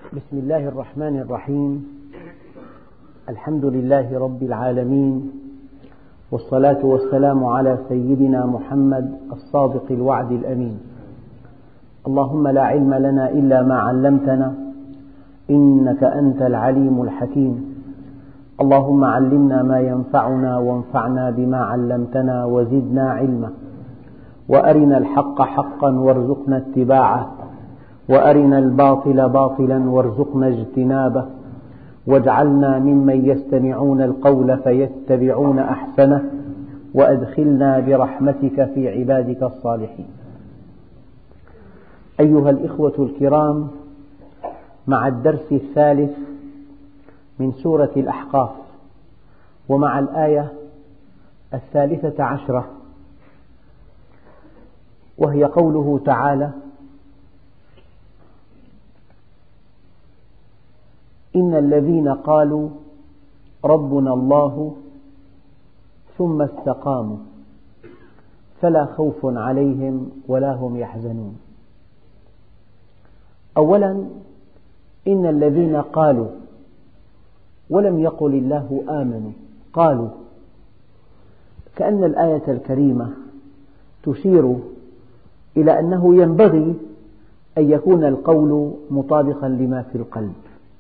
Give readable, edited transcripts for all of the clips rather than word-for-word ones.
بسم الله الرحمن الرحيم. الحمد لله رب العالمين، والصلاة والسلام على سيدنا محمد الصادق الوعد الأمين. اللهم لا علم لنا إلا ما علمتنا إنك أنت العليم الحكيم. اللهم علمنا ما ينفعنا وانفعنا بما علمتنا وزدنا علما، وأرنا الحق حقا وارزقنا اتباعه، وأرنا الباطل باطلا وارزقنا اجتنابه، واجعلنا ممن يستمعون القول فيتبعون أحسنه، وأدخلنا برحمتك في عبادك الصالحين. أيها الإخوة الكرام، مع الدرس الثالث من سورة الأحقاف، ومع الآية 13، وهي قوله تعالى: إن الذين قالوا ربنا الله ثم استقاموا فلا خوف عليهم ولا هم يحزنون. أولا، إن الذين قالوا، ولم يقل الله آمنوا، قالوا، كأن الآية الكريمة تشير إلى أنه ينبغي أن يكون القول مطابقا لما في القلب،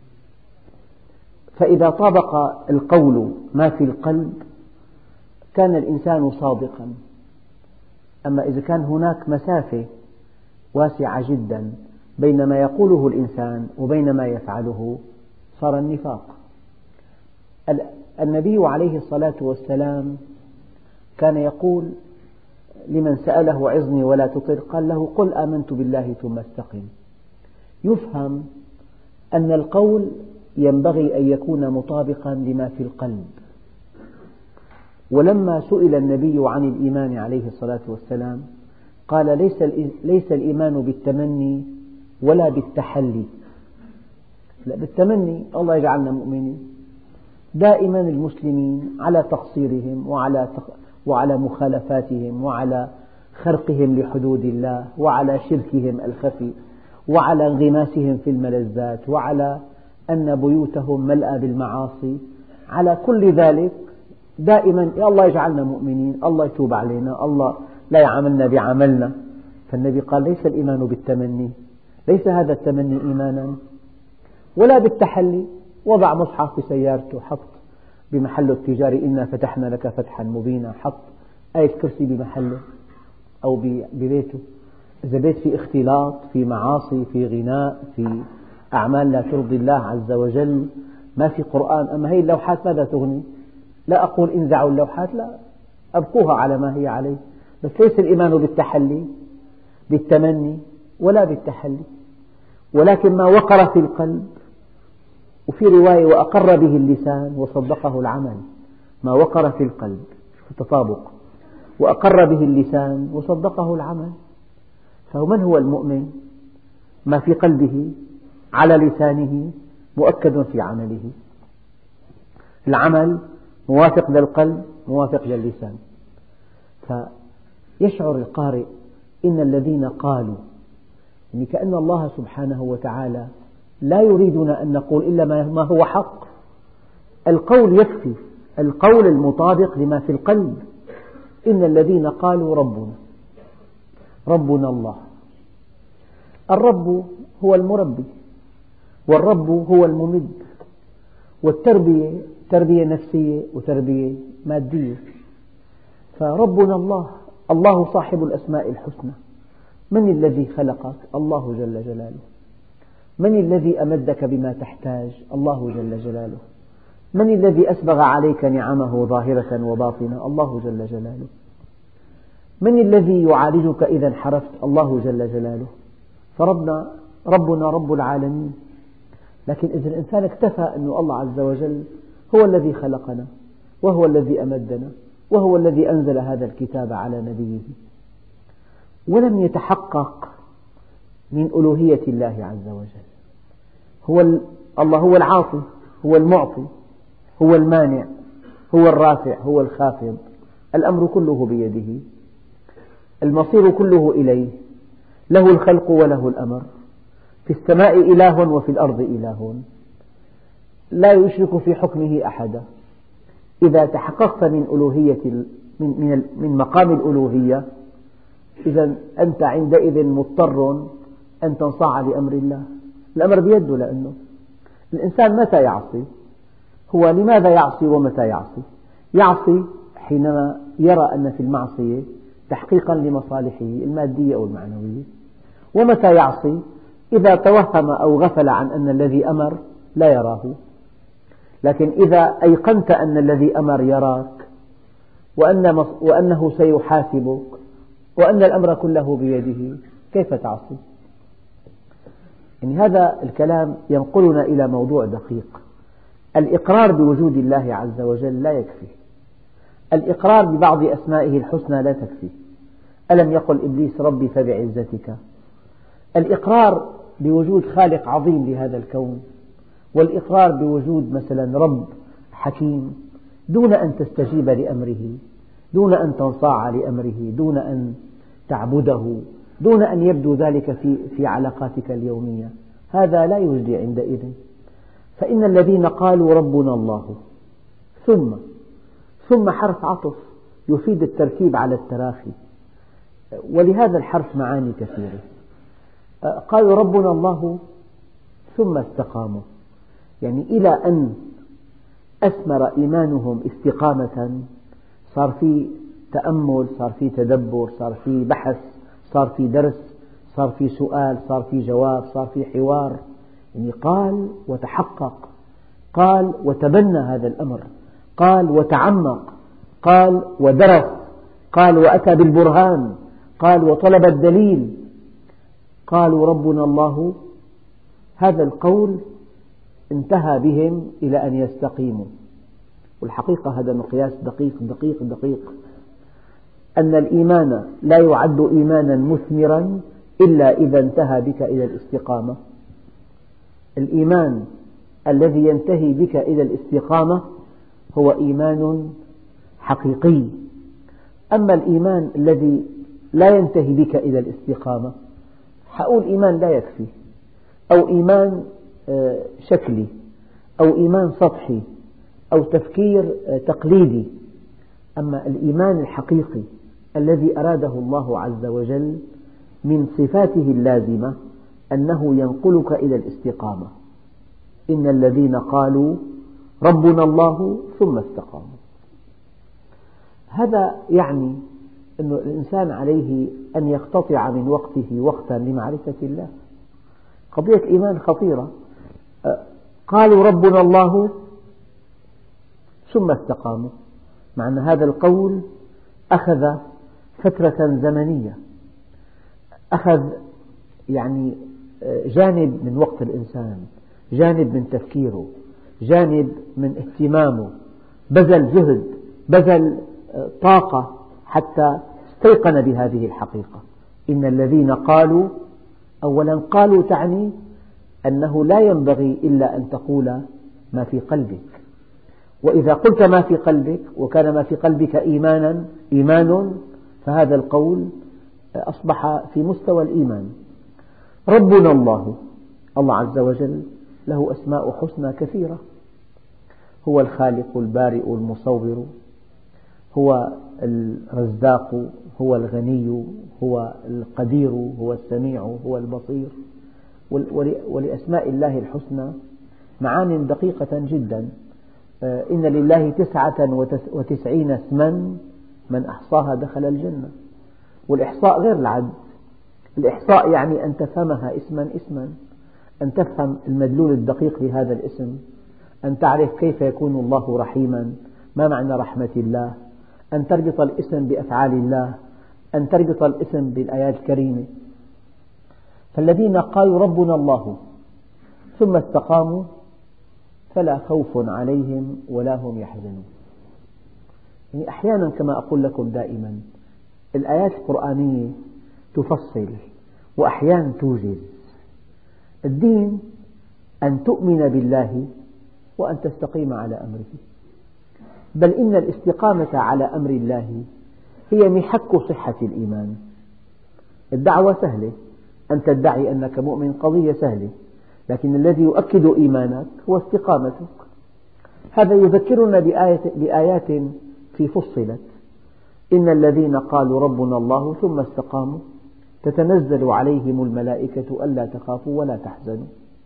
فإذا طابق القول ما في القلب كان الإنسان صادقا. أما إذا كان هناك مسافة واسعة جدا بين ما يقوله الإنسان وبين ما يفعله صار النفاق. النبي عليه الصلاة والسلام كان يقول لمن سأله: عظني ولا تطر، قال له: قل آمنت بالله ثم استقم. يفهم أن القول ينبغي أن يكون مطابقا لما في القلب. ولما سئل النبي عن الإيمان عليه الصلاة والسلام قال: ليس الإيمان بالتمني ولا بالتحلي. لا، بالتمني الله يجعلنا مؤمنين. دائما المسلمين على تقصيرهم وعلى مخالفاتهم وعلى خرقهم لحدود الله وعلى شركهم الخفي وعلى انغماسهم في الملذات وعلى أن بيوتهم ملأى بالمعاصي، على كل ذلك دائما يا الله يجعلنا مؤمنين، الله يتوب علينا، الله لا يعاملنا بعملنا. فالنبي قال: ليس الإيمان بالتمني، ليس هذا التمني إيمانا، ولا بالتحلي. وضع مصحف في سيارته، حط بمحله التجاري إنا فتحنا لك فتحا مبينا، حط آية كرسي بمحله أو ببيته. إذا بيت في اختلاط، في معاصي، في غناء، في أعمال لا ترضي الله عز وجل، ما في قرآن، أما هي اللوحات ماذا تغني؟ لا أقول انزعوا اللوحات، لا، أبقوها على ما هي عليه. بس ليس الإيمان بالتحلي بالتمني ولا بالتحلي، ولكن ما وقر في القلب. وفي رواية: وأقر به اللسان وصدقه العمل. ما وقر في القلب، التطابق، وأقر به اللسان وصدقه العمل. فمن هو المؤمن؟ ما في قلبه على لسانه مؤكد في عمله. العمل موافق للقلب موافق للسان. فيشعر القارئ إن الذين قالوا، يعني كأن الله سبحانه وتعالى لا يريدنا أن نقول إلا ما هو حق. القول يكفي، القول المطابق لما في القلب. إن الذين قالوا ربنا الله. الرب هو المربي، والرب هو الممد، والتربية تربية نفسية وتربية مادية. فربنا الله، الله صاحب الأسماء الحسنى. من الذي خلقك؟ الله جل جلاله. من الذي أمدك بما تحتاج؟ الله جل جلاله. من الذي أسبغ عليك نعمه ظاهرة وباطنة؟ الله جل جلاله. من الذي يعالجك إذا انحرفت؟ الله جل جلاله. ربنا رب العالمين. لكن إذا الإنسان اكتفى أن الله عز وجل هو الذي خلقنا، وهو الذي أمدنا، وهو الذي أنزل هذا الكتاب على نبيه، ولم يتحقق من ألوهية الله عز وجل. الله هو العاطي، هو المعطي، هو المانع، هو الرافع، هو الخافض، الأمر كله بيده، المصير كله إليه، له الخلق وله الأمر. في السماء إله وفي الأرض إله لا يشرك في حكمه أحدا. إذا تحققت من ألوهية من مقام الألوهية، إذا أنت عندئذ مضطر أن تنصاع لأمر الله. الأمر بيده، لأنه الإنسان متى يعصي؟ هو لماذا يعصي ومتى يعصي؟ يعصي حينما يرى أن في المعصية تحقيقا لمصالحه المادية أو المعنوية. ومتى يعصي؟ إذا توهم أو غفل عن أن الذي أمر لا يراه. لكن إذا أيقنت أن الذي أمر يراك وأنه سيحاسبك وأن الأمر كله بيده، كيف تعصي؟ يعني هذا الكلام ينقلنا إلى موضوع دقيق. الإقرار بوجود الله عز وجل لا يكفي. الإقرار ببعض أسمائه الحسنى لا تكفي. ألم يقل إبليس ربي فبعزتك؟ الإقرار بوجود خالق عظيم لهذا الكون، والإقرار بوجود مثلا رب حكيم، دون أن تستجيب لأمره، دون أن تنصاع لأمره، دون أن تعبده، دون أن يبدو ذلك في علاقاتك اليومية، هذا لا يجدي عندئذ. فإن الذين قالوا ربنا الله ثم حرف عطف يفيد التركيب على التراخي، ولهذا الحرف معاني كثيرة. قالوا ربنا الله ثم استقاموا، يعني إلى أن أثمر إيمانهم استقامة، صار في تأمل، صار في تدبر، صار في بحث، صار في درس، صار في سؤال، صار في جواب، صار في حوار. يعني قال وتحقق، قال وتبنى هذا الأمر، قال وتعمق، قال ودرس، قال وأتى بالبرهان، قال وطلب الدليل. قالوا ربنا الله، هذا القول انتهى بهم إلى أن يستقيموا. والحقيقة هذا مقياس دقيق دقيق دقيق، أن الإيمان لا يعد إيمانا مثمرا إلا إذا انتهى بك إلى الاستقامة. الإيمان الذي ينتهي بك إلى الاستقامة هو إيمان حقيقي. أما الإيمان الذي لا ينتهي بك إلى الاستقامة، حقول إيمان لا يكفي، أو إيمان شكلي، أو إيمان سطحي، أو تفكير تقليدي. أما الإيمان الحقيقي الذي أراده الله عز وجل من صفاته اللازمة أنه ينقلك إلى الاستقامة. إن الذين قالوا ربنا الله ثم استقاموا. هذا يعني أن الإنسان عليه أن يقتطع من وقته وقتا لمعرفة الله. قضية إيمان خطيرة. قالوا ربنا الله ثم استقاموا، مع أن هذا القول أخذ فترة زمنية، أخذ يعني جانب من وقت الإنسان، جانب من تفكيره، جانب من اهتمامه، بذل جهد، بذل طاقة حتى استيقن بهذه الحقيقة. إن الذين قالوا، أولا قالوا تعني أنه لا ينبغي إلا أن تقول ما في قلبك، وإذا قلت ما في قلبك وكان ما في قلبك إيمان فهذا القول أصبح في مستوى الإيمان. ربنا الله، الله عز وجل له أسماء حسنى كثيرة، هو الخالق البارئ المصور، هو الرزاق، هو الغني، هو القدير، هو السميع، هو البصير. ولأسماء الله الحسنى معان دقيقة جدا. إن لله 99 اسما من أحصاها دخل الجنة. والإحصاء غير العد. الإحصاء يعني أن تفهمها اسما اسما، أن تفهم المدلول الدقيق لهذا الاسم، أن تعرف كيف يكون الله رحيما، ما معنى رحمة الله، أن تربط الاسم بأفعال الله، أن تربط الاسم بالآيات الكريمة. فالذين قالوا ربنا الله ثم استقاموا فلا خوف عليهم ولا هم يحزنون. يعني أحيانا كما أقول لكم دائما، الآيات القرآنية تفصل وأحيانا توجز. الدين أن تؤمن بالله وأن تستقيم على أمره، بل إن الاستقامة على أمر الله هي محك صحة الإيمان. الدعوة سهلة، أن تدعي أنك مؤمن قضية سهلة، لكن الذي يؤكد إيمانك هو استقامتك. هذا يذكرنا بآيات في فصلت: إن الذين قالوا ربنا الله ثم استقاموا تتنزل عليهم الملائكة ألا تخافوا ولا تحزنوا.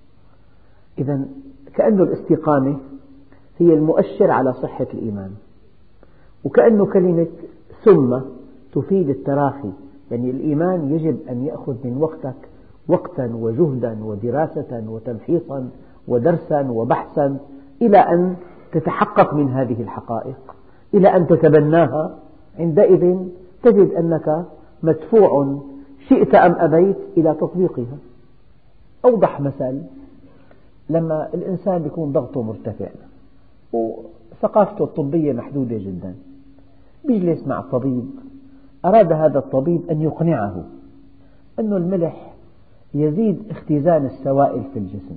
إذن كأن الاستقامة هي المؤشر على صحة الإيمان، وكأن كلمة ثم تفيد التراخي، يعني الإيمان يجب أن يأخذ من وقتك وقتا وجهدا ودراسة وتمحيصا ودرسا وبحثا إلى أن تتحقق من هذه الحقائق، إلى أن تتبناها. عندئذ تجد أنك مدفوع شئت أم أبيت إلى تطبيقها. أوضح مثل: لما الإنسان يكون ضغطه مرتفع وثقافته الطبية محدودة جدا، يجلس مع طبيب، أراد هذا الطبيب أن يقنعه أن الملح يزيد اختزان السوائل في الجسم،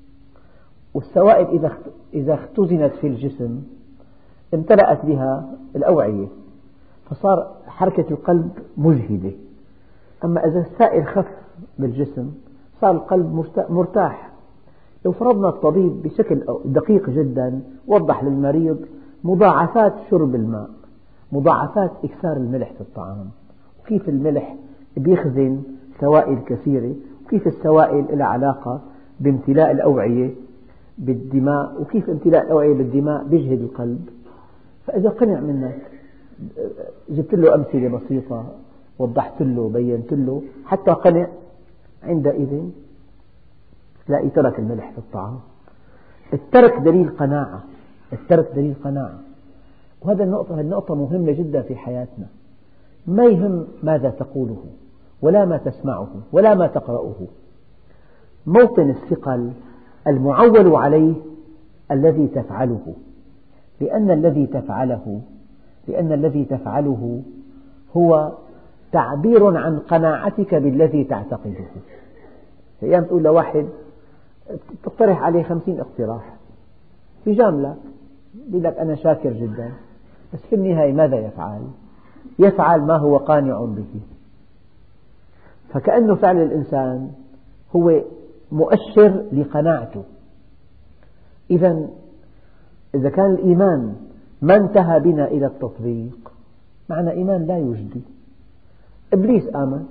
والسوائل إذا اختزنت في الجسم امتلأت بها الأوعية، فصار حركة القلب مجهدة. أما إذا السائل خف بالجسم صار القلب مرتاح. لو فرضنا الطبيب بشكل دقيق جدا وضح للمريض مضاعفات شرب الماء، مضاعفات إكثار الملح في الطعام، وكيف الملح بيخزن سوائل كثيرة، وكيف السوائل لها علاقة بامتلاء الأوعية بالدماء، وكيف امتلاء الأوعية بالدماء بيجهد القلب. فإذا قنع منك، جبت له أمثلة بسيطة، وضحت له، بينت له حتى قنع، عندئذ تلاقي ترك الملح في الطعام. الترك دليل قناعة، الترك دليل قناعة. وهذا النقطة مهمة جدا في حياتنا. ما يهم ماذا تقوله ولا ما تسمعه ولا ما تقرأه، موطن الثقل المعول عليه الذي تفعله، لأن الذي تفعله هو تعبير عن قناعتك بالذي تعتقده. أيام تقول لواحد تقترح عليه 50 اقتراح في جاملة، يقول لك أنا شاكر جدا، بس في النهاية ماذا يفعل؟ يفعل ما هو قانع به. فكأنه فعل الإنسان هو مؤشر لقناعته. إذا كان الإيمان ما انتهى بنا إلى التطبيق، معنى إيمان لا يجدي. إبليس آمن.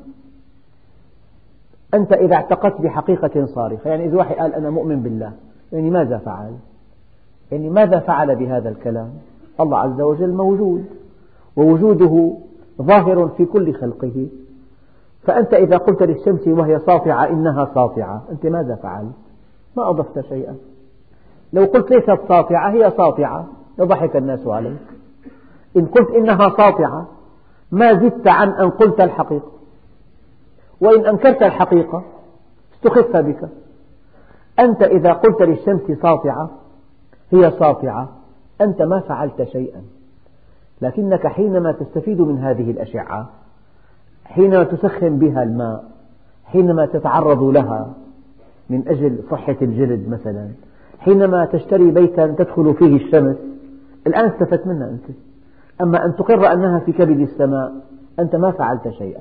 أنت إذا اعتقدت بحقيقة صارخة، يعني إذا واحد قال أنا مؤمن بالله، يعني ماذا فعل؟ يعني ماذا فعل بهذا الكلام؟ الله عز وجل موجود، ووجوده ظاهر في كل خلقه. فأنت إذا قلت للشمس وهي ساطعة إنها ساطعة، أنت ماذا فعلت؟ ما أضفت شيئا. لو قلت ليست ساطعة هي ساطعة لضحك الناس عليك. إن قلت إنها ساطعة ما زدت عن أن قلت الحقيقة، وإن أنكرت الحقيقة استخف بك. أنت إذا قلت للشمس ساطعة هي ساطعة، أنت ما فعلت شيئا، لكنك حينما تستفيد من هذه الأشعة، حينما تسخن بها الماء، حينما تتعرض لها من أجل صحة الجلد مثلا، حينما تشتري بيتا تدخل فيه الشمس، الآن استفدت منها أنت. أما أن تقر أنها في كبد السماء أنت ما فعلت شيئا.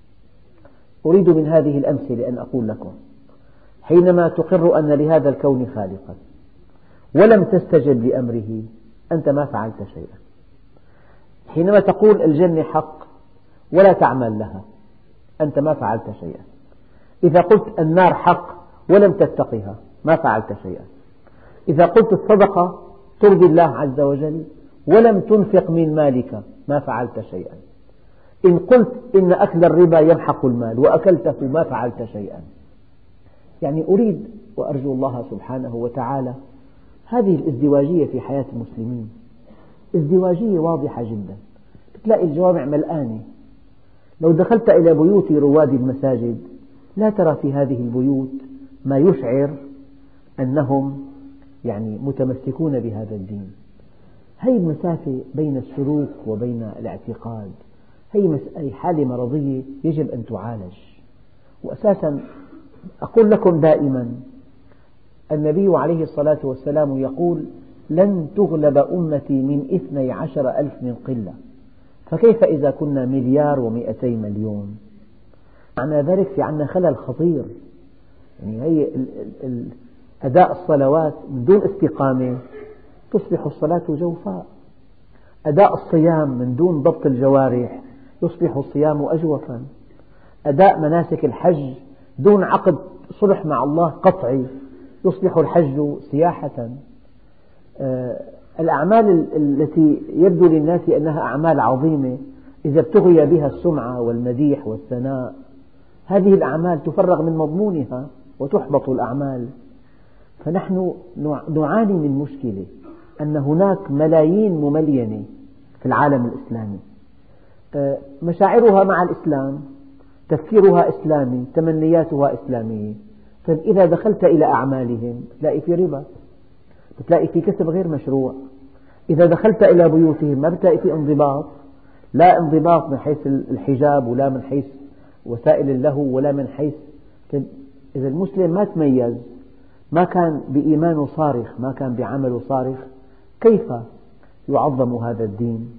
أريد من هذه الأمثلة أن أقول لكم: حينما تقر أن لهذا الكون خالقا ولم تستجب لأمره أنت ما فعلت شيئا. حينما تقول الجنة حق ولا تعمل لها أنت ما فعلت شيئا. إذا قلت النار حق ولم تتقها ما فعلت شيئا. إذا قلت الصدقة ترضي الله عز وجل ولم تنفق من مالك ما فعلت شيئا. إن قلت إن أكل الربا يمحق المال وأكلته ما فعلت شيئا. يعني أريد وأرجو الله سبحانه وتعالى هذه الازدواجية في حياة المسلمين، ازدواجية واضحة جدا. تلاقي الجوامع ملآنة. لو دخلت إلى بيوت رواد المساجد لا ترى في هذه البيوت ما يشعر أنهم يعني متمسكون بهذا الدين. هذه المسافة بين السلوك وبين الاعتقاد، هذه حالة مرضية يجب أن تعالج. وأساسا أقول لكم دائما النبي عليه الصلاة والسلام يقول: لن تغلب أمتي من 12,000 من قلة، فكيف إذا كنا 1,200,000,000؟ معنى ذلك في عندنا خلل خطير. يعني هي أداء الصلوات من دون استقامة تصبح الصلاة جوفاء. أداء الصيام من دون ضبط الجوارح يصبح الصيام أجوفا. أداء مناسك الحج دون عقد صلح مع الله قطعي يصبح الحج سياحة. الأعمال التي يبدو للناس أنها أعمال عظيمة إذا ابتغي بها السمعة والمديح والثناء، هذه الأعمال تفرغ من مضمونها وتحبط الأعمال. فنحن نعاني من مشكلة أن هناك ملايين مملينة في العالم الإسلامي، مشاعرها مع الإسلام، تفكيرها إسلامي، تمنياتها إسلامية. طيب إذا دخلت إلى أعمالهم تلاقي في ربا، تلاقي في كسب غير مشروع. إذا دخلت إلى بيوتهم ما بتلاقي في انضباط، لا انضباط من حيث الحجاب ولا من حيث وسائل اللهو ولا من حيث. طيب إذا المسلم ما تميز، ما كان بإيمانه صارخ، ما كان بعمله صارخ، كيف يعظم هذا الدين؟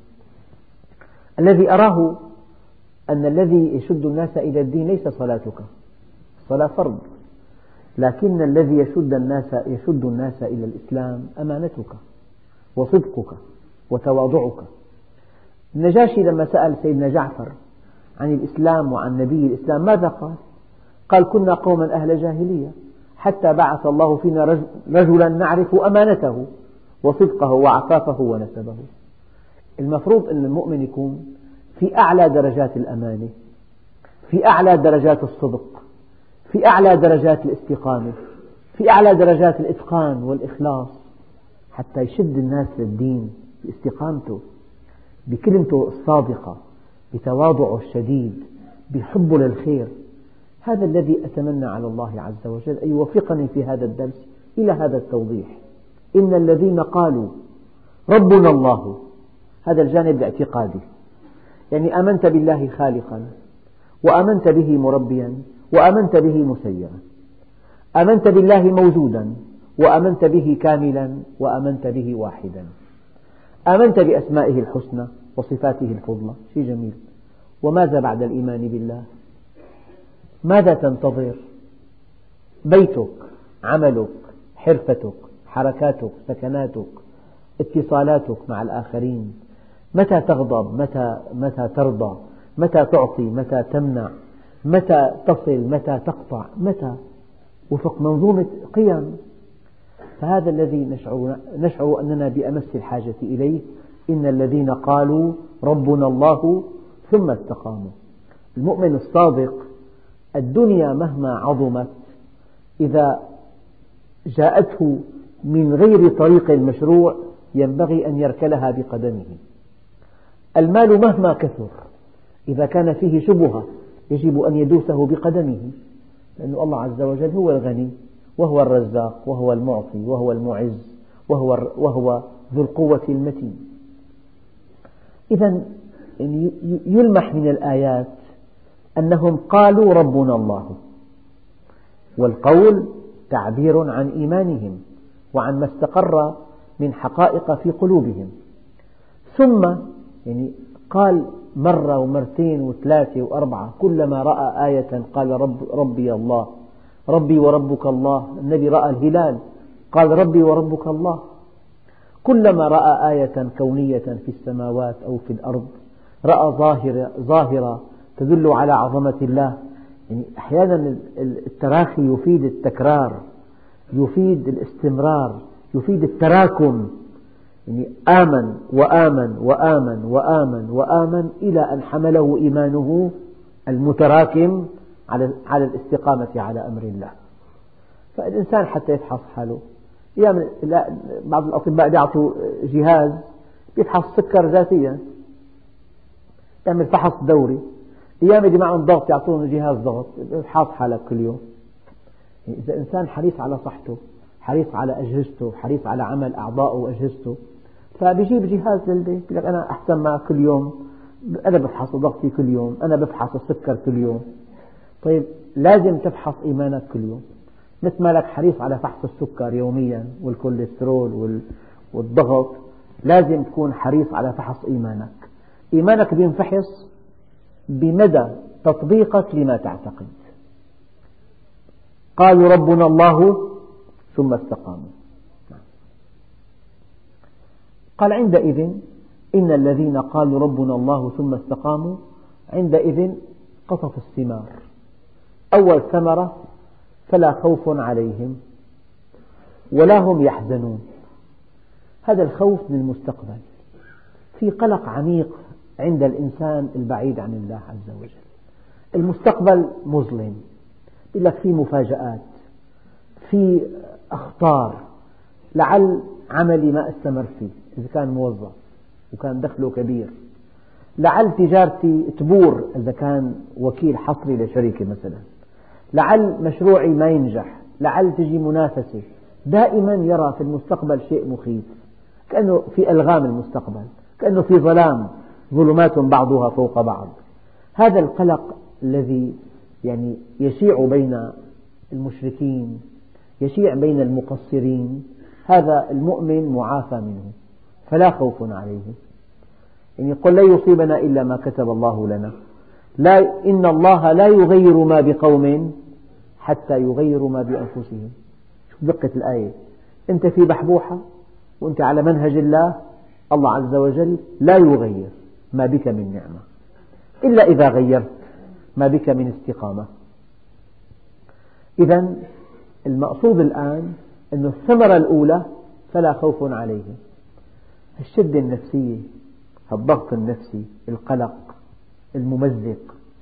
الذي أراه أن الذي يشد الناس إلى الدين ليس صلاتك، الصلاة فرض، لكن الذي يشد الناس إلى الإسلام أمانتك وصدقك وتواضعك. النجاشي لما سأل سيدنا جعفر عن الإسلام وعن نبي الإسلام ماذا قال؟ قال: كنا قوما أهل جاهلية حتى بعث الله فينا رجلا نعرف أمانته وصدقه وعفافه ونسبه. المفروض أن المؤمن يكون في أعلى درجات الأمانة، في أعلى درجات الصدق، في أعلى درجات الاستقامة، في أعلى درجات الإتقان والإخلاص، حتى يشد الناس للدين باستقامته، بكلمته الصادقة، بتواضعه الشديد، بحبه للخير. هذا الذي أتمنى على الله عز وجل أن يوفقني في هذا الدرس إلى هذا التوضيح. إن الذين قالوا ربنا الله، هذا الجانب الاعتقادي، يعني آمنت بالله خالقا، وآمنت به مربيا، وآمنت به مسيرا، آمنت بالله موجودا، وآمنت به كاملا، وآمنت به واحدا، آمنت بأسمائه الحسنى وصفاته الفضلى. شيء جميل. وماذا بعد الإيمان بالله؟ ماذا تنتظر؟ بيتك، عملك، حرفتك، حركاتك، سكناتك، اتصالاتك مع الآخرين، متى تغضب، متى ترضى، متى تعطي، متى تمنع، متى تصل، متى تقطع، متى وفق منظومة قيم. فهذا الذي نشعر أننا بأمس الحاجة إليه. إن الذين قالوا ربنا الله ثم استقاموا. المؤمن الصادق الدنيا مهما عظمت إذا جاءته من غير طريق مشروع ينبغي أن يركلها بقدمه. المال مهما كثر إذا كان فيه شبهة يجب أن يدوسه بقدمه، لأن الله عز وجل هو الغني وهو الرزاق وهو المعطي وهو المعز وهو ذو القوة المتين. إذن يلمح من الآيات أنهم قالوا ربنا الله، والقول تعبير عن إيمانهم وعن ما استقر من حقائق في قلوبهم. ثم قال مرة ومرتين وثلاثة وأربعة، كلما رأى آية قال ربي الله، ربي وربك الله. النبي رأى الهلال قال ربي وربك الله. كلما رأى آية كونية في السماوات أو في الأرض رأى ظاهرة تدل على عظمة الله. أحيانا التراخي يفيد التكرار، يفيد الاستمرار، يفيد التراكم. آمن وآمن وآمن وآمن وآمن إلى أن حمله إيمانه المتراكم على الاستقامة على أمر الله. فالإنسان حتى يفحص حاله، بعض الأطباء يعطوا جهاز يفحص السكر ذاتيا، يعمل فحص دوري. أيام اللي معهم ضغط يعطون جهاز ضغط، افحص حالك كل يوم. إذا إنسان حريص على صحته، حريص على أجهزته، حريص على عمل أعضائه وأجهزته، فبيجيب جهاز للبيت، يقول لك أنا أحسن معك كل يوم، أنا بفحص ضغطي كل يوم، أنا بفحص السكر كل يوم. طيب لازم تفحص إيمانك كل يوم، مثل ما لك حريص على فحص السكر يوميا والكوليسترول والضغط، لازم تكون حريص على فحص إيمانك. إيمانك بينفحص بمدى تطبيقك لما تعتقد. قالوا ربنا الله ثم استقاموا. قال عندئذ إن الذين قالوا ربنا الله ثم استقاموا عندئذ قطفوا الثمار. أول ثمرة فلا خوف عليهم ولا هم يحزنون. هذا الخوف من المستقبل، في قلق عميق عند الإنسان البعيد عن الله عز وجل. المستقبل مظلم، يقول لك في مفاجآت، في أخطار، لعل عملي ما استمر فيه إذا كان موظف وكان دخله كبير، لعل تجارتي تبور إذا كان وكيل حصري لشركة مثلا، لعل مشروعي ما ينجح، لعل تجي منافسة. دائما يرى في المستقبل شيء مخيف، كأنه في ألغام المستقبل، كأنه في ظلمات بعضها فوق بعض. هذا القلق الذي يشيع بين المشركين، يشيع بين المقصرين، هذا المؤمن معافى منه، فلا خوف عليهم. قل لا يصيبنا إلا ما كتب الله لنا، إن الله لا يغير ما بقوم حتى يغيروا ما بأنفسهم. شوف دقة الآية، أنت في بحبوحة وأنت على منهج الله، الله عز وجل لا يغير ما بك من نعمة إلا إذا غيرت ما بك من استقامة. إذا المقصود الآن أن الثمرة الأولى فلا خوف عليهم. الشدة النفسية، الضغط النفسي، القلق الممزق،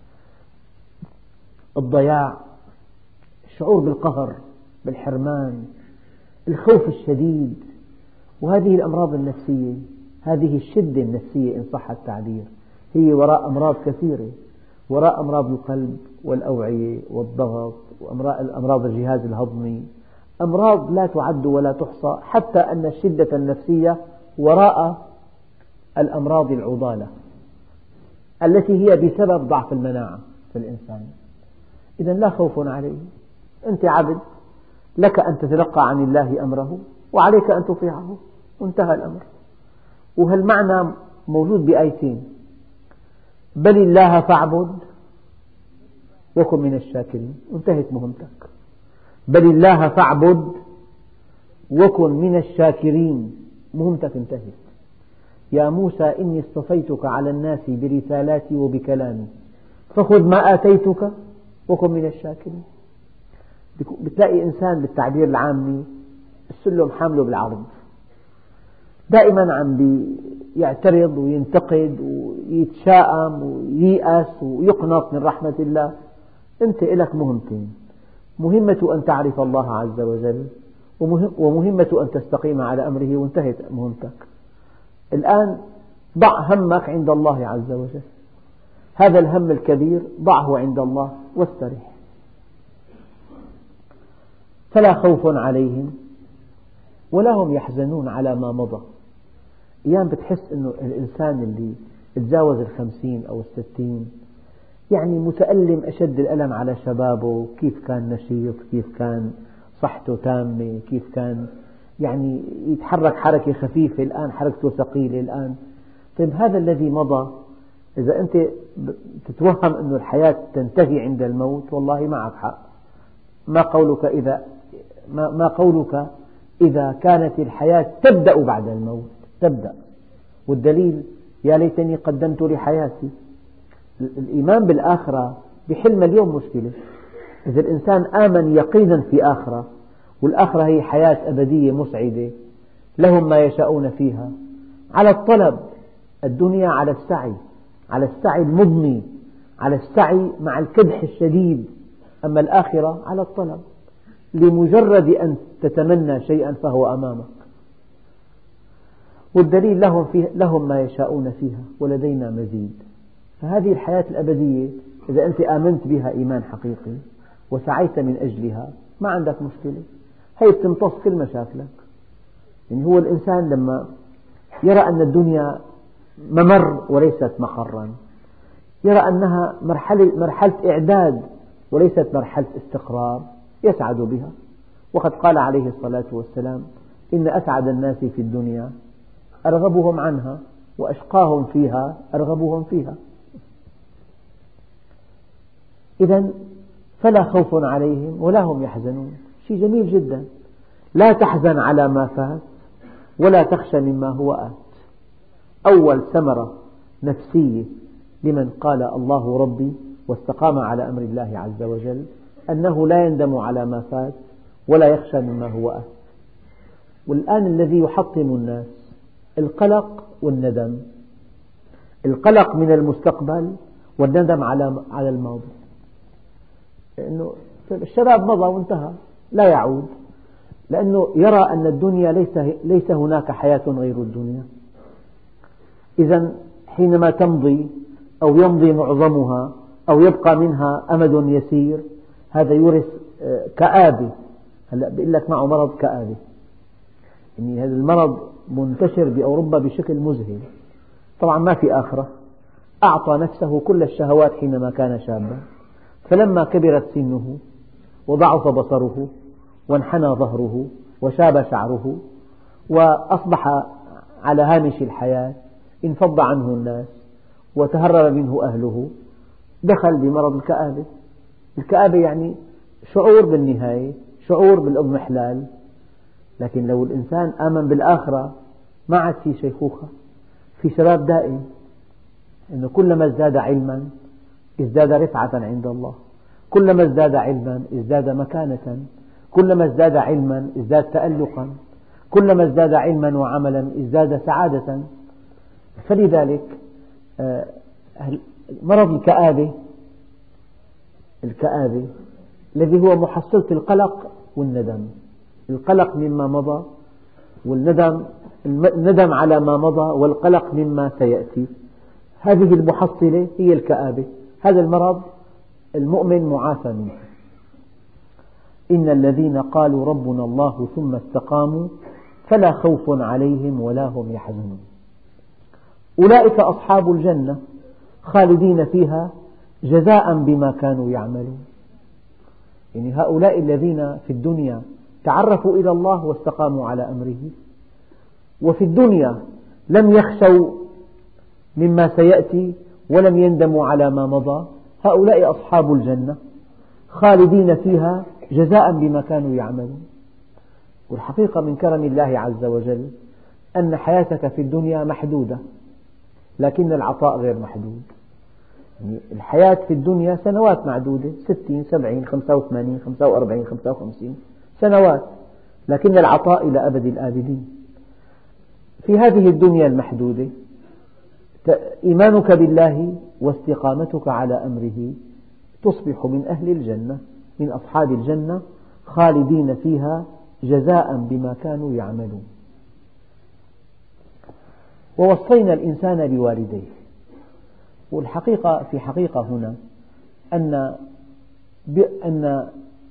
الضياع، الشعور بالقهر، بالحرمان، الخوف الشديد، وهذه الأمراض النفسية، هذه الشدة النفسية إن صح التعبير، هي وراء أمراض كثيرة، وراء أمراض القلب والأوعية والضغط وأمراض الجهاز الهضمي، أمراض لا تعد ولا تحصى، حتى أن الشدة النفسية وراء الأمراض العضالة التي هي بسبب ضعف المناعة في الإنسان. إذا لا خوف عليه، أنت عبد، لك أن تتلقى عن الله أمره وعليك أن تطيعه، وانتهى الأمر. وهالمعنى موجود بآيتين: بل الله فاعبد وكن من الشاكرين، انتهت مهمتك. بل الله فاعبد وكن من الشاكرين، مهمتك انتهت. يا موسى إني اصطفيتك على الناس برسالاتي وبكلامي فخذ ما آتيتك وكن من الشاكرين. بتلاقي إنسان بالتعبير العامي السلم حامله بالعرض، دائما عم يعترض وينتقد ويتشائم وييأس ويقنط من رحمة الله. أنت لك مهمتين: مهمة أن تعرف الله عز وجل، ومهمة أن تستقيم على أمره، وانتهت مهمتك. الآن ضع همك عند الله عز وجل، هذا الهم الكبير ضعه عند الله واسترح. فلا خوف عليهم ولا هم يحزنون على ما مضى. أيام بتحس أنه الإنسان اللي تجاوز 50 أو 60 متألم أشد الألم على شبابه، كيف كان نشيط، كيف كان صحته تامة، كيف كان يتحرك حركة خفيفة، الآن حركته ثقيلة الآن. طيب هذا الذي مضى، إذا أنت تتوهم أن الحياة تنتهي عند الموت، والله معك حق. ما قولك إذا كانت الحياة تبدأ بعد الموت؟ تبدأ، والدليل: يا ليتني قدمت لحياتي. الإيمان بالآخرة بحل مليون مشكلة. إذا الإنسان آمن يقينا في آخرة، والآخرة هي حياة أبدية مسعدة، لهم ما يشاءون فيها، على الطلب. الدنيا على السعي، على السعي المضني، على السعي مع الكدح الشديد. أما الآخرة على الطلب، لمجرد أن تتمنى شيئا فهو أمامك. والدليل: لهم ما يشاءون فيها ولدينا مزيد. فهذه الحياة الأبدية إذا أنت آمنت بها إيمان حقيقي وسعيت من أجلها، ما عندك مشكلة، هي بتمتص كل مشاكلك. هو الإنسان لما يرى أن الدنيا ممر وليست مقرا، يرى أنها مرحلة إعداد وليست مرحلة استقرار، يسعد بها. وقد قال عليه الصلاة والسلام: إن أسعد الناس في الدنيا أرغبهم عنها، وأشقاهم فيها أرغبهم فيها. إذن فلا خوف عليهم ولا هم يحزنون. شيء جميل جدا، لا تحزن على ما فات ولا تخشى مما هو آت. أول ثمرة نفسية لمن قال الله ربي واستقام على أمر الله عز وجل أنه لا يندم على ما فات ولا يخشى مما هو آت. والآن الذي يحطم الناس القلق والندم، القلق من المستقبل والندم على الماضي، لأنه الشباب مضى وانتهى لا يعود، لأنه يرى أن الدنيا ليس هناك حياة غير الدنيا. إذن حينما تمضي أو يمضي معظمها أو يبقى منها أمد يسير، هذا يورث كآبة. هلأ بيقول لك معه مرض كآبة، يعني هذا المرض منتشر بأوروبا بشكل مذهل. طبعا ما في آخرة. أعطى نفسه كل الشهوات حينما كان شابا، فلما كبرت سنه وضعف بصره وانحنى ظهره وشاب شعره وأصبح على هامش الحياة، انفض عنه الناس وتهرب منه أهله، دخل بمرض الكآبة. الكآبة يعني شعور بالنهاية، شعور بالإضمحلال. لكن لو الإنسان آمن بالآخرة ما عاد في شيخوخة، في شباب دائم، إنه كلما ازداد علما ازداد رفعة عند الله، كلما ازداد علما ازداد مكانة، كلما ازداد علما ازداد تألقا، كلما ازداد علما وعملا ازداد سعادة. فلذلك مرض الكآبة الذي هو محصلة القلق والندم، القلق مما مضى والندم على ما مضى والقلق مما سيأتي، هذه المحصلة هي الكآبة. هذا المرض المؤمن معافى منه. إن الذين قالوا ربنا الله ثم استقاموا فلا خوف عليهم ولا هم يحزنون أولئك أصحاب الجنة خالدين فيها جزاء بما كانوا يعملون. يعني هؤلاء الذين في الدنيا تعرفوا إلى الله واستقاموا على أمره، وفي الدنيا لم يخشوا مما سيأتي ولم يندموا على ما مضى، هؤلاء أصحاب الجنة خالدين فيها جزاء بما كانوا يعملون. والحقيقة من كرم الله عز وجل أن حياتك في الدنيا محدودة، لكن العطاء غير محدود. يعني الحياة في الدنيا سنوات معدودة، 60 70 85 45 55 سنوات، لكن العطاء إلى أبد الآبدين. في هذه الدنيا المحدودة إيمانك بالله واستقامتك على أمره تصبح من أهل الجنة، من أصحاب الجنة خالدين فيها جزاء بما كانوا يعملون. ووصينا الإنسان بوالديه. والحقيقة في حقيقة هنا أن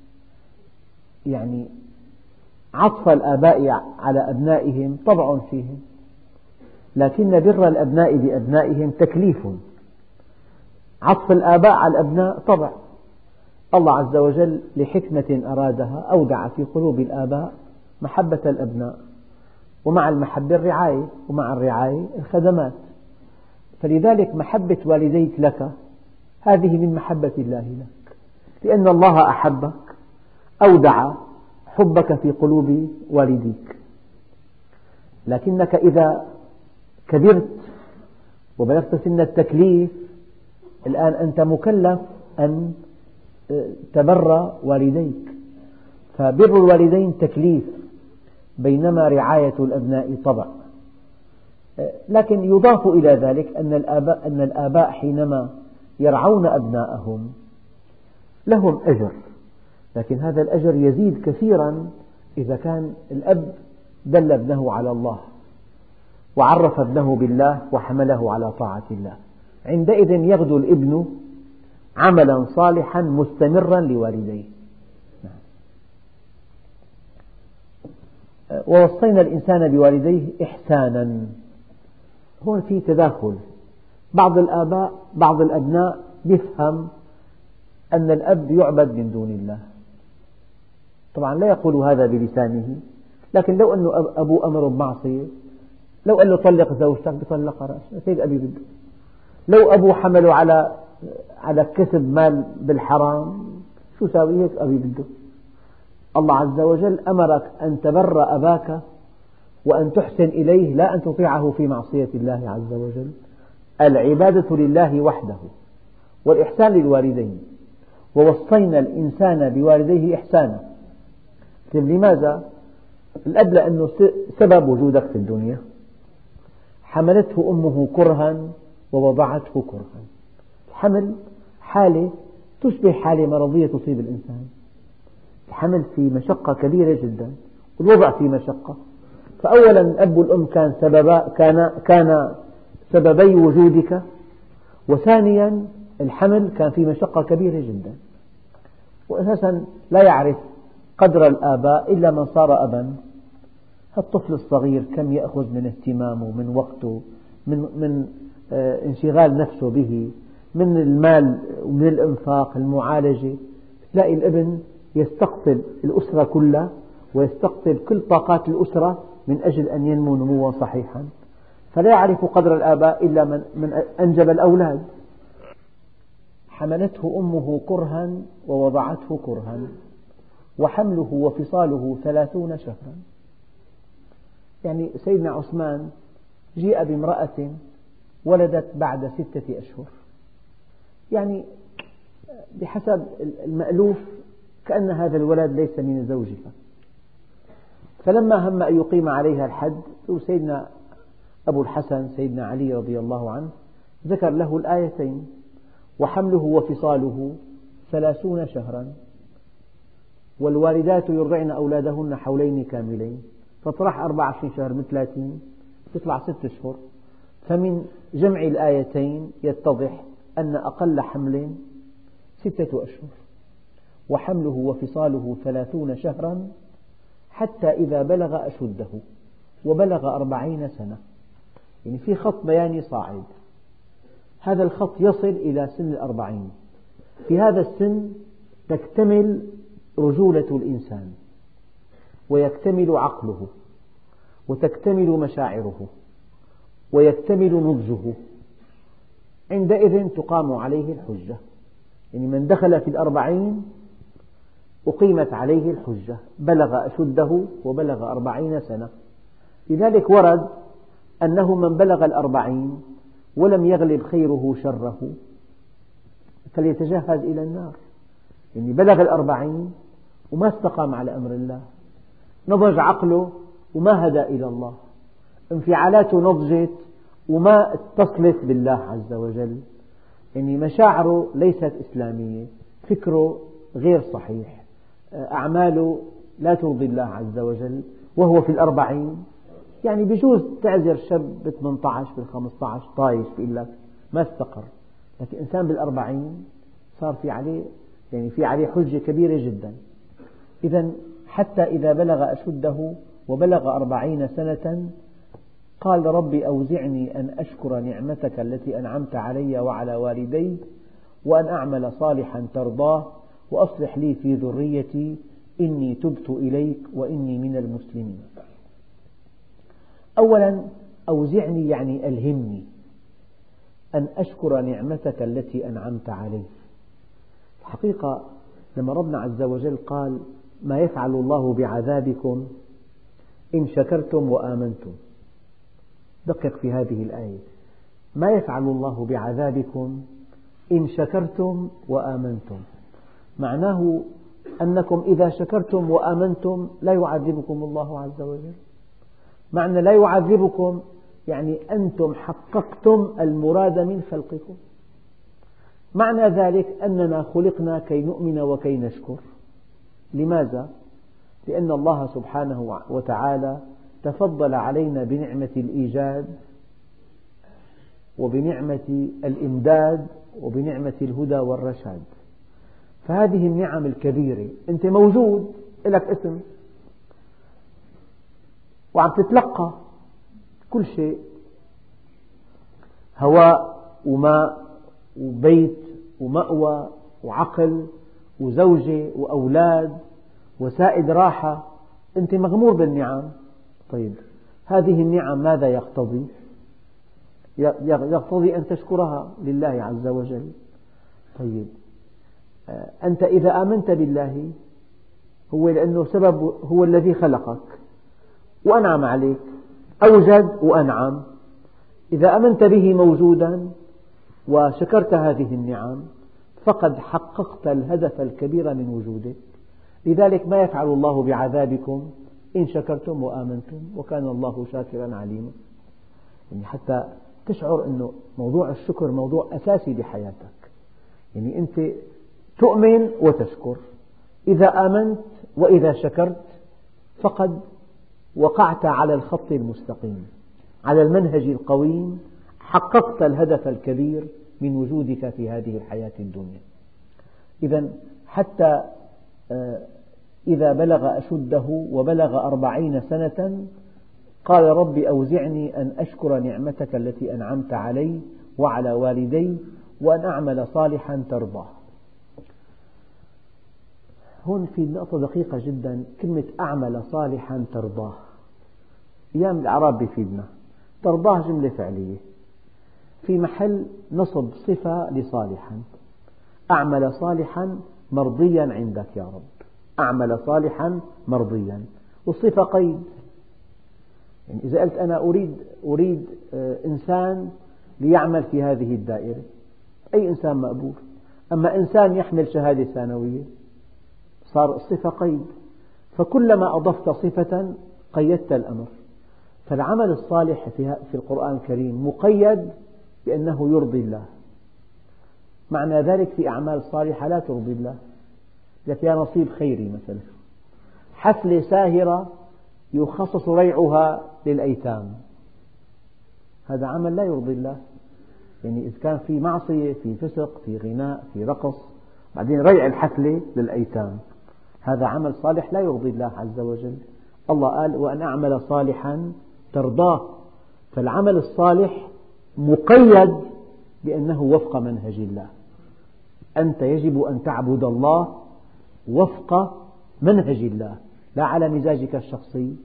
يعني عطف الآباء على أبنائهم طبع فيهم، لكن بر الأبناء بأبنائهم تكليف. عطف الآباء على الأبناء طبع. الله عز وجل لحكمة أرادها أودع في قلوب الآباء محبة الأبناء، ومع المحبة الرعاية، ومع الرعاية الخدمات. فلذلك محبة والديك لك هذه من محبة الله لك، لأن الله أحبك أودع حبك في قلوب والديك. لكنك إذا كبرت وبلغت سن التكليف الآن أنت مكلف أن تبر والديك، فبر الوالدين تكليف، بينما رعاية الأبناء طبع. لكن يضاف إلى ذلك أن الآباء حينما يرعون أبناءهم لهم أجر، لكن هذا الأجر يزيد كثيرا إذا كان الأب دل ابنه على الله وعرف ابنه بالله وحمله على طاعة الله. عندئذ يغدو الابن عملا صالحا مستمرا لوالديه. ووصينا الإنسان بوالديه إحسانا. هون في تداخل. بعض الأبناء يفهم أن الأب يعبد من دون الله، طبعا لا يقول هذا بلسانه، لكن لو أنه أبوه أمر بمعصية، لو قال له طلق زوجتك بطلق رأسه، هيك أبي بده. لو أبوه حمله على على كسب مال بالحرام، شو ساوي هيك أبي بده. الله عز وجل أمرك أن تبر أباك وأن تحسن إليه، لا أن تطيعه في معصية الله عز وجل. العبادة لله وحده والإحسان للوالدين، ووصينا الإنسان بوالديه إحسانا. لماذا؟ الأب لأنه سبب وجودك في الدنيا. حملته أمه كرها ووضعته كرها. الحمل حالة تشبه حالة مرضية تصيب الإنسان. الحمل في مشقة كبيرة جدا، والوضع في مشقة. فأولا الأب والأم كان سببي وجودك، وثانيا الحمل كان في مشقة كبيرة جدا. وأساسا لا يعرف قدر الآباء إلا من صار أبا. الطفل الصغير كم يأخذ من اهتمامه، من وقته، من انشغال نفسه به، من المال ومن الإنفاق، المعالجة. تلاقي الابن يستقطب الأسرة كلها ويستقطب كل طاقات الأسرة من أجل أن ينمو نموا صحيحا، فلا يعرف قدر الآباء إلا من أنجب الأولاد. حملته أمه كرها ووضعته كرها وحمله وفصاله 30 شهرا. يعني سيدنا عثمان جيء بامرأة ولدت بعد 6 أشهر، يعني بحسب المألوف كأن هذا الولد ليس من زوجها. فلما هم أن يقيم عليها الحد، سيدنا أبو الحسن سيدنا علي رضي الله عنه ذكر له الآيتين: وحمله وفصاله 30 شهرا، والوالدات يرضعن أولادهن حولين كاملين. فاطرح 24 شهر من 30 يطلع 6 أشهر. فمن جمع الآيتين يتضح أن أقل حمل 6 أشهر. وحمله وفصاله 30 شهرا حتى إذا بلغ أشده وبلغ 40 سنة. يعني في خط بياني صاعد، هذا الخط يصل إلى سن 40. في هذا السن تكتمل رجولة الإنسان، ويكتمل عقله، وتكتمل مشاعره، ويكتمل نضجه. عندئذ تقام عليه الحجة. يعني من دخل في 40 أقيمت عليه الحجة، بلغ أشده وبلغ 40 سنة. لذلك ورد أنه من بلغ 40 ولم يغلب خيره شره فليتجهز إلى النار. يعني بلغ 40 وما استقام على أمر الله، نضج عقله وما هدى إلى الله، انفعالاته نضجت وما اتصلت بالله عز وجل. يعني مشاعره ليست إسلامية، فكره غير صحيح، أعماله لا ترضي الله عز وجل وهو في 40. يعني بجوز تعذر شاب ب18 ب15 طايش بيقول لك ما استقر، لكن إنسان بال40 صار في عليه حجة كبيرة جدا. إذا حتى إذا بلغ أشده وبلغ 40 سنة قال: رب أوزعني أن أشكر نعمتك التي أنعمت علي وعلى والدي، وأن أعمل صالحا ترضاه، وأصلح لي في ذريتي إني تبت إليك وإني من المسلمين. أولا أوزعني يعني ألهمني أن أشكر نعمتك التي أنعمت علي. الحقيقة لما ربنا عز وجل قال: ما يفعل الله بعذابكم إن شكرتم وآمنتم، دقق في هذه الآية: ما يفعل الله بعذابكم إن شكرتم وآمنتم. معناه أنكم إذا شكرتم وآمنتم لا يعذبكم الله عز وجل. معنى لا يعذبكم يعني أنتم حققتم المراد من خلقكم. معنى ذلك أننا خلقنا كي نؤمن وكي نشكر. لماذا؟ لأن الله سبحانه وتعالى تفضل علينا بنعمة الإيجاد وبنعمة الإمداد وبنعمة الهدى والرشاد. فهذه النعم الكبيرة، أنت موجود، لك اسم وعم تتلقى كل شيء: هواء وماء وبيت ومأوى وعقل وزوجة وأولاد وسائد راحة. أنت مغمور بالنعم. طيب هذه النعم ماذا يقتضي؟ يقتضي أن تشكرها لله عز وجل. طيب، أنت إذا آمنت بالله هو لأنه سبب، هو الذي خلقك وأنعم عليك، أوجد وأنعم. إذا آمنت به موجودا وشكرت هذه النعم فقد حققت الهدف الكبير من وجودك. لذلك ما يفعل الله بعذابكم إن شكرتم وآمنتم وكان الله شاكرا عليما. يعني حتى تشعر أن موضوع الشكر موضوع أساسي بحياتك. يعني أنت تؤمن وتشكر، إذا آمنت وإذا شكرت فقد وقعت على الخط المستقيم، على المنهج القويم، حققت الهدف الكبير من وجودك في هذه الحياة الدنيا. إذا حتى إذا بلغ أشده وبلغ 40 سنة قال رب أوزعني أن أشكر نعمتك التي أنعمت علي وعلى والدي وأن أعمل صالحا ترضاه. هون في نقطة دقيقة جدا، كلمة أعمل صالحا ترضاه. أيام الإعراب بيفيدنا. ترضاه جملة فعلية في محل نصب صفة لصالحا. أعمل صالحا مرضيا عندك يا رب، أعمل صالحا مرضيا، والصفة قيد. يعني إذا قلت أنا أريد إنسان ليعمل في هذه الدائرة، أي إنسان مقبول. أما إنسان يحمل شهادة ثانوية صار الصفة قيد، فكلما أضفت صفة قيدت الأمر. فالعمل الصالح في القرآن الكريم مقيد بأنه يرضي الله. معنى ذلك في أعمال صالحة لا ترضي الله، لك يا نصيب خيري مثلا، حفلة ساهرة يخصص ريعها للأيتام، هذا عمل لا يرضي الله. يعني إذا كان في معصية، في فسق، في غناء، في رقص، بعدين ريع الحفلة للأيتام، هذا عمل صالح لا يرضي الله عز وجل. الله قال وأن أعمل صالحا ترضاه. فالعمل الصالح مقيد بأنه وفق منهج الله. أنت يجب أن تعبد الله وفق منهج الله لا على مزاجك الشخصي.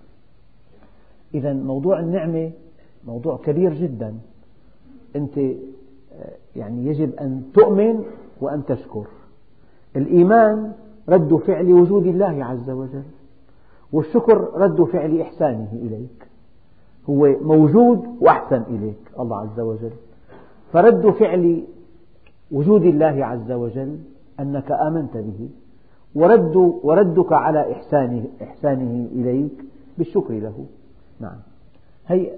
إذا موضوع النعمة موضوع كبير جدا. أنت يعني يجب أن تؤمن وأن تشكر. الإيمان رد فعل وجود الله عز وجل، والشكر رد فعل إحسانه إليك. هو موجود وأحسن إليك الله عز وجل، فرد فعل وجود الله عز وجل أنك آمنت به، وردك على إحسانه إليك بالشكر له. نعم. هي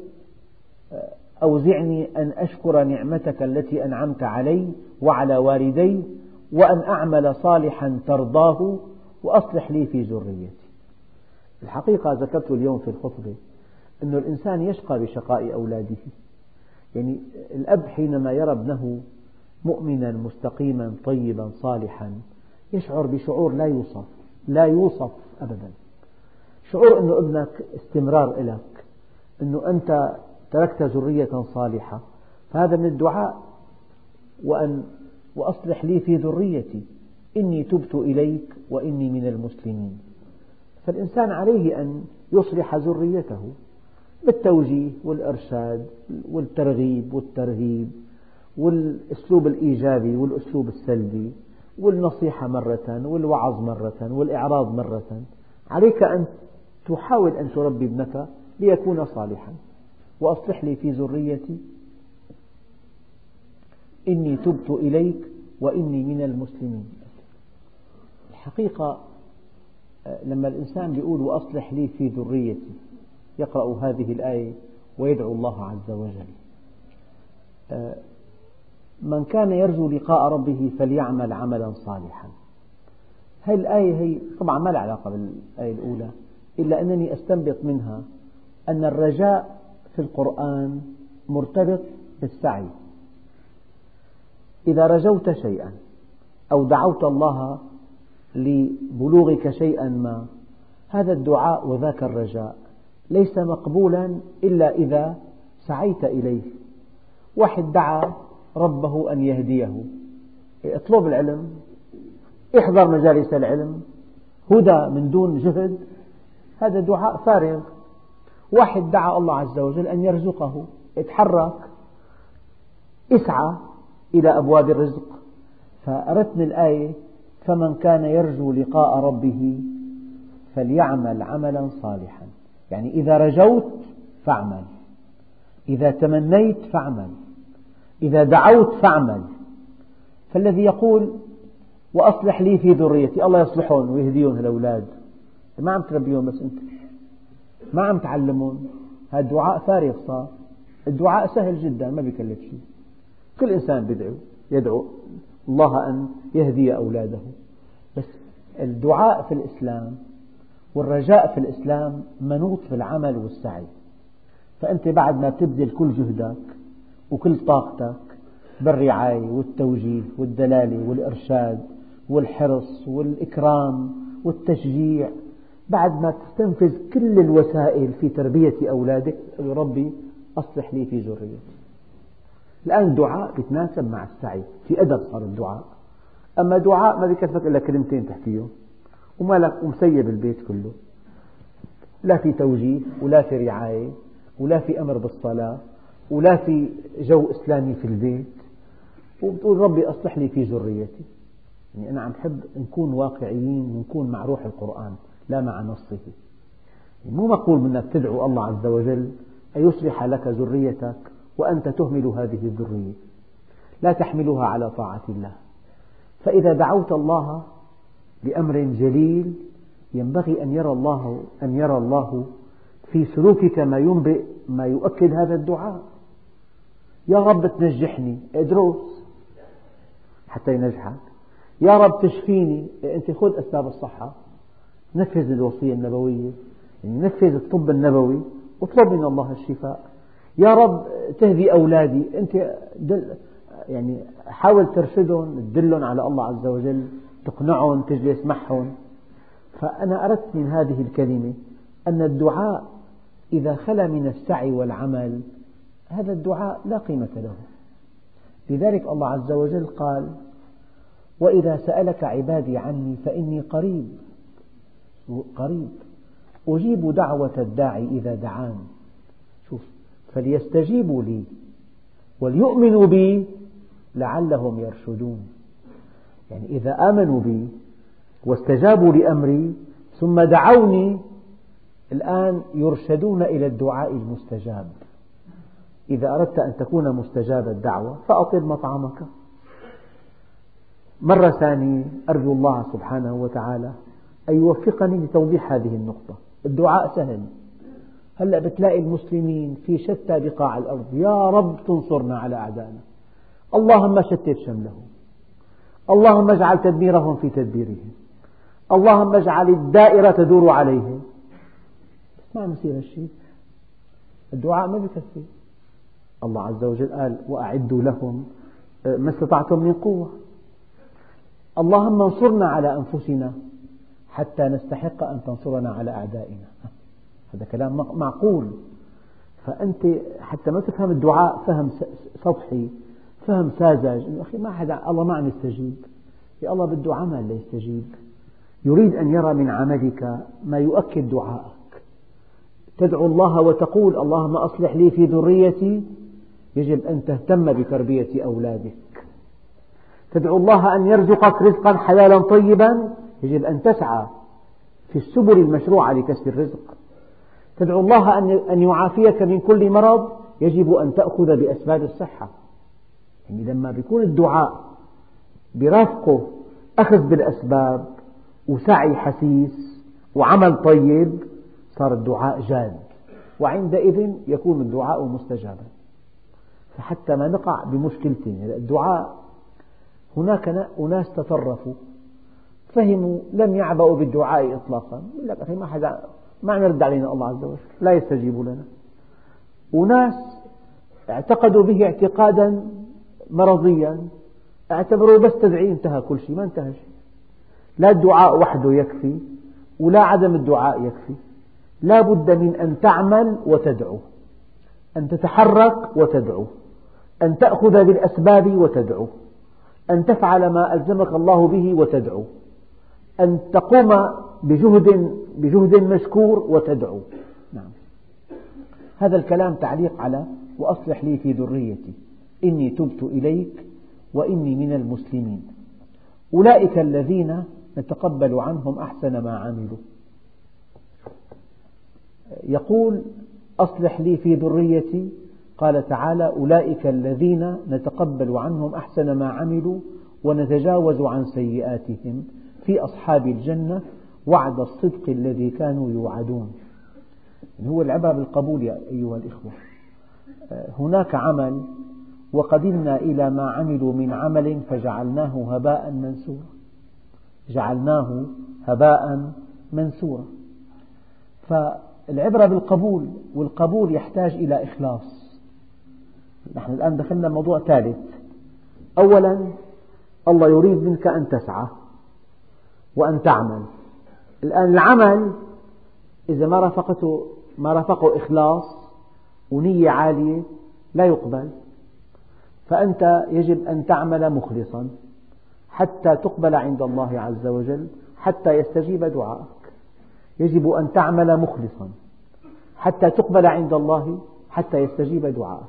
أوزعني أن أشكر نعمتك التي أنعمت علي وعلى والدي وأن أعمل صالحا ترضاه وأصلح لي في ذريتي. الحقيقة ذكرت اليوم في الخطبة أن الإنسان يشقى بشقاء أولاده. يعني الأب حينما يرى ابنه مؤمنا مستقيما طيبا صالحا يشعر بشعور لا يوصف أبدا. شعور أن ابنك استمرار لك، أنه أنت تركت ذرية صالحة، فهذا من الدعاء. وأصلح لي في ذريتي إني تبت إليك وإني من المسلمين. فالإنسان عليه أن يصلح ذريته بالتوجيه والإرشاد والترغيب والترهيب والأسلوب الإيجابي والأسلوب السلبي والنصيحة مرة والوعظ مرة والإعراض مرة. عليك أن تحاول أن تربي ابنك ليكون صالحا. وأصلح لي في ذريتي إني تبت إليك وإني من المسلمين. الحقيقة لما الإنسان يقول وأصلح لي في ذريتي يقرأ هذه الآية ويدعو الله عز وجل. من كان يرجو لقاء ربه فليعمل عملا صالحا. هذه الآية هي طبعا ما لها علاقة بالآية الأولى، إلا أنني أستنبط منها أن الرجاء في القرآن مرتبط بالسعي. إذا رجوت شيئا أو دعوت الله لبلوغك شيئا ما، هذا الدعاء وذاك الرجاء ليس مقبولا إلا إذا سعيت إليه. واحد دعا ربه أن يهديه، اطلب العلم، احضر مجالس العلم، هدى من دون جهد، هذا دعاء فارغ. واحد دعا الله عز وجل أن يرزقه، اتحرك، اسعى إلى أبواب الرزق. فأردت من الآية فمن كان يرجو لقاء ربه فليعمل عملا صالحا، يعني إذا رجوت فاعمل، إذا تمنيت فاعمل، إذا دعوت فاعمل. فالذي يقول وأصلح لي في ذريتي، الله يصلحهم ويهديهم الأولاد، ما عم تربيهم بس أنت، ما عم تعلمهم، هذا الدعاء فارغ صار. الدعاء سهل جدا ما بيكلف شيء، كل إنسان يدعو الله أن يهدي أولاده، بس الدعاء في الإسلام والرجاء في الإسلام منوط في العمل والسعي. فأنت بعد ما تبذل كل جهدك وكل طاقتك بالرعاية والتوجيه والدلالة والإرشاد والحرص والإكرام والتشجيع، بعد ما تستنفذ كل الوسائل في تربية أولادك، يا ربي أصلح لي في ذريتي. الآن الدعاء يتناسب مع السعي، في أدب صار الدعاء. أما دعاء ما بيكلفك إلا كلمتين تحكيهم ومسيب البيت كله، لا في توجيه ولا في رعاية ولا في أمر بالصلاة ولا في جو إسلامي في البيت، وبتقول ربي أصلح لي في ذريتي. يعني أنا عم بحب نكون واقعيين ونكون مع روح القرآن لا مع نصه. يعني مو مقول منك تدعو الله عز وجل أن يصلح لك ذريتك وأنت تهمل هذه الذرية، لا تحملها على طاعة الله. فإذا دعوت الله لأمر جليل ينبغي أن يرى الله في سلوكك ما ينبئ ما يؤكد هذا الدعاء. يا رب تنجحني، ادرس حتى ينجحك. يا رب تشفيني، أنت خذ أسباب الصحة، نفذ الوصية النبوية، يعني نفذ الطب النبوي واطلب من الله الشفاء. يا رب تهدي أولادي، أنت يعني حاول ترشدهم، تدلهم على الله عز وجل، تقنعهم، تجلس معهم. فأنا أردت من هذه الكلمة أن الدعاء إذا خلا من السعي والعمل هذا الدعاء لا قيمة له. لذلك الله عز وجل قال وإذا سألك عبادي عني فإني قريب أجيب دعوة الداعي إذا دعان. شوف، فليستجيبوا لي وليؤمنوا بي لعلهم يرشدون. يعني إذا آمنوا بي واستجابوا لأمري ثم دعوني الآن يرشدون إلى الدعاء المستجاب. إذا أردت أن تكون مستجاب الدعوة فأطب مطعمك. مرة ثانية أرجو الله سبحانه وتعالى أن يوفقني لتوضيح هذه النقطة. الدعاء سهل، هلأ بتلاقي المسلمين في شتى بقاع الأرض يا رب تنصرنا على أعدائنا، اللهم شتت شملهم، اللهم اجعل تدميرهم في تدبيرهم، اللهم اجعل الدائرة تدور عليهم. بس ما عم يصير هالشيء، الدعاء ما بكفي. الله عز وجل قال وأعدوا لهم ما استطعتم من قوة. اللهم انصرنا على أنفسنا حتى نستحق أن تنصرنا على أعدائنا. هذا كلام معقول. فأنت حتى ما تفهم الدعاء فهم سطحي، فهم ساذج، إنه أخي ما حدا الله ما عم يستجيب. يا الله بده عمل ليستجيب، يريد أن يرى من عملك ما يؤكد دعائك. تدعو الله وتقول اللهم أصلح لي في ذريتي، يجب أن تهتم بتربية أولادك. تدعو الله أن يرزقك رزقا حلالا طيبا، يجب أن تسعى في السبل المشروعة لكسب الرزق. تدعو الله أن يعافيك من كل مرض، يجب أن تأخذ بأسباب الصحة. يعني لما يكون الدعاء برافقه أخذ بالأسباب وسعي حسيس وعمل طيب صار الدعاء جاد، وعندئذ يكون الدعاء مستجابا. فحتى ما نقع بمشكلتين، الدعاء هناك أناس تطرفوا فهموا لم يعبأوا بالدعاء إطلاقا، يقول لك أخي ما نرد علينا الله عز وجل لا يستجيب لنا. وناس اعتقدوا به اعتقادا مرضيا، اعتبروا بس تدعي انتهى كل شيء، ما انتهى شيء. لا الدعاء وحده يكفي ولا عدم الدعاء يكفي، لا بد من أن تعمل وتدعو، أن تتحرك وتدعو، أن تأخذ بالأسباب وتدعو، أن تفعل ما ألزمك الله به وتدعو، أن تقوم بجهد مشكور وتدعو. نعم. هذا الكلام تعليق على وأصلح لي في ذريتي إني تبت إليك وإني من المسلمين. أولئك الذين نتقبل عنهم أحسن ما عملوا. يقول أصلح لي في ذريتي، قال تعالى أولئك الذين نتقبل عنهم أحسن ما عملوا ونتجاوز عن سيئاتهم في أصحاب الجنة وعد الصدق الذي كانوا يوعدون. هو العبرة بالقبول يا أيها الإخوة. هناك عمل وقدمنا إلى ما عملوا من عمل فجعلناه هباء منثورا، جعلناه هباء منثورا. فالعبرة بالقبول، والقبول يحتاج إلى إخلاص. نحن الآن دخلنا موضوع ثالث. أولا الله يريد منك أن تسعى وأن تعمل. الآن العمل إذا ما رافقه إخلاص ونية عالية لا يقبل، فأنت يجب أن تعمل مخلصا حتى تقبل عند الله عز وجل، حتى يستجيب دعاءك. يجب أن تعمل مخلصا حتى تقبل عند الله، حتى يستجيب دعاءك.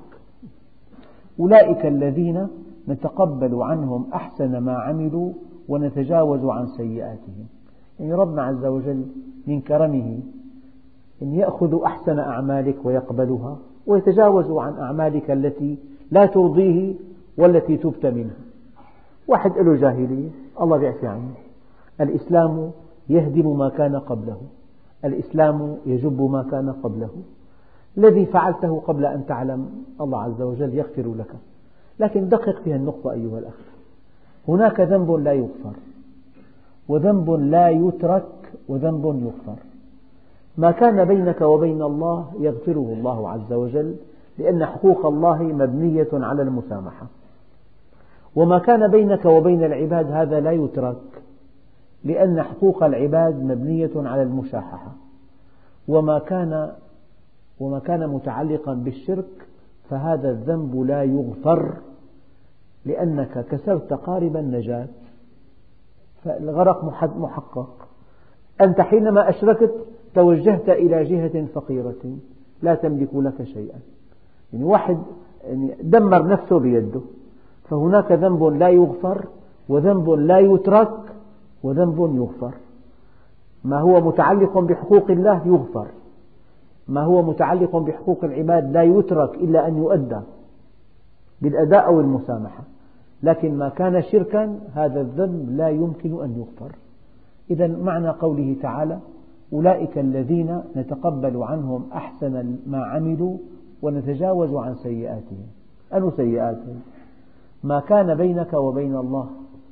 أولئك الذين نتقبل عنهم أحسن ما عملوا ونتجاوز عن سيئاتهم. يعني ربنا عز وجل من كرمه أن يأخذ أحسن أعمالك ويقبلها، ويتجاوز عن أعمالك التي لا ترضيه والتي تبت منها. واحد له جاهلية الله يعفي عنه. الإسلام يهدم ما كان قبله، الإسلام يجب ما كان قبله. الذي فعلته قبل أن تعلم الله عز وجل يغفر لك، لكن دقق في النقطة أيها الأخ. هناك ذنب لا يغفر، وذنب لا يترك، وذنب يغفر. ما كان بينك وبين الله يغفره الله عز وجل، لأن حقوق الله مبنية على المسامحة. وما كان بينك وبين العباد هذا لا يترك، لأن حقوق العباد مبنية على المشاححة. وما كان متعلقا بالشرك فهذا الذنب لا يغفر، لأنك كسرت قارب النجاة، فالغرق محقق. أنت حينما أشركت توجهت إلى جهة فقيرة لا تملك لك شيئا، يعني واحد دمر نفسه بيده. فهناك ذنب لا يغفر، وذنب لا يترك، وذنب يغفر. ما هو متعلق بحقوق الله يغفر، ما هو متعلق بحقوق العباد لا يترك إلا أن يؤدى بالأداء أو المسامحة. لكن ما كان شركا هذا الذنب لا يمكن أن يغفر. إذا معنى قوله تعالى أولئك الذين نتقبل عنهم أحسن ما عملوا ونتجاوز عن سيئاتهم. أي سيئاتهم؟ ما كان بينك وبين الله،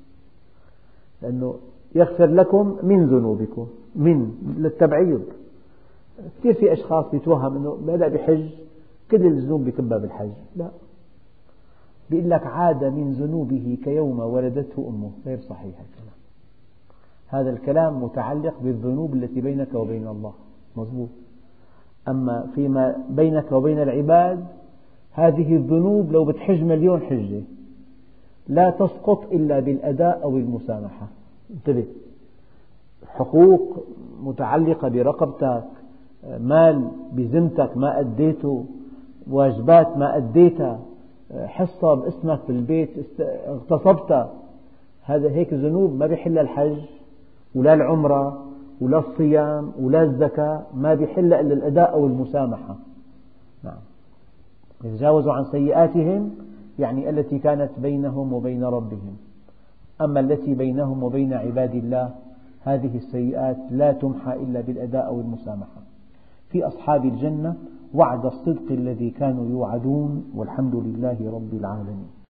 لأنه يغفر لكم من ذنوبكم، من للتبعيض. كثير في أشخاص يتوهم أنه بدأ بحج كل الذنوب بكبها بالحج، لا، بيقول لك عاد من ذنوبه كيوم ولدته أمه. غير صحيح الكلام. هذا الكلام متعلق بالذنوب التي بينك وبين الله، مضبوط. أما فيما بينك وبين العباد هذه الذنوب لو بتحج مليون حجة لا تسقط إلا بالأداء أو المسامحة. انتبه، حقوق متعلقة برقبتك، مال بذمتك ما أديته، واجبات ما أديتها، حصة باسمك في البيت اغتصبتها، هذا هيك ذنوب ما بيحل الحج ولا العمرة ولا الصيام ولا الزكاة، ما بيحل إلا الأداء أو المسامحة. نعم. يتجاوزوا عن سيئاتهم يعني التي كانت بينهم وبين ربهم. أما التي بينهم وبين عباد الله هذه السيئات لا تمحى إلا بالأداء أو المسامحة. في أصحاب الجنة وعد الصدق الذي كانوا يوعدون، والحمد لله رب العالمين.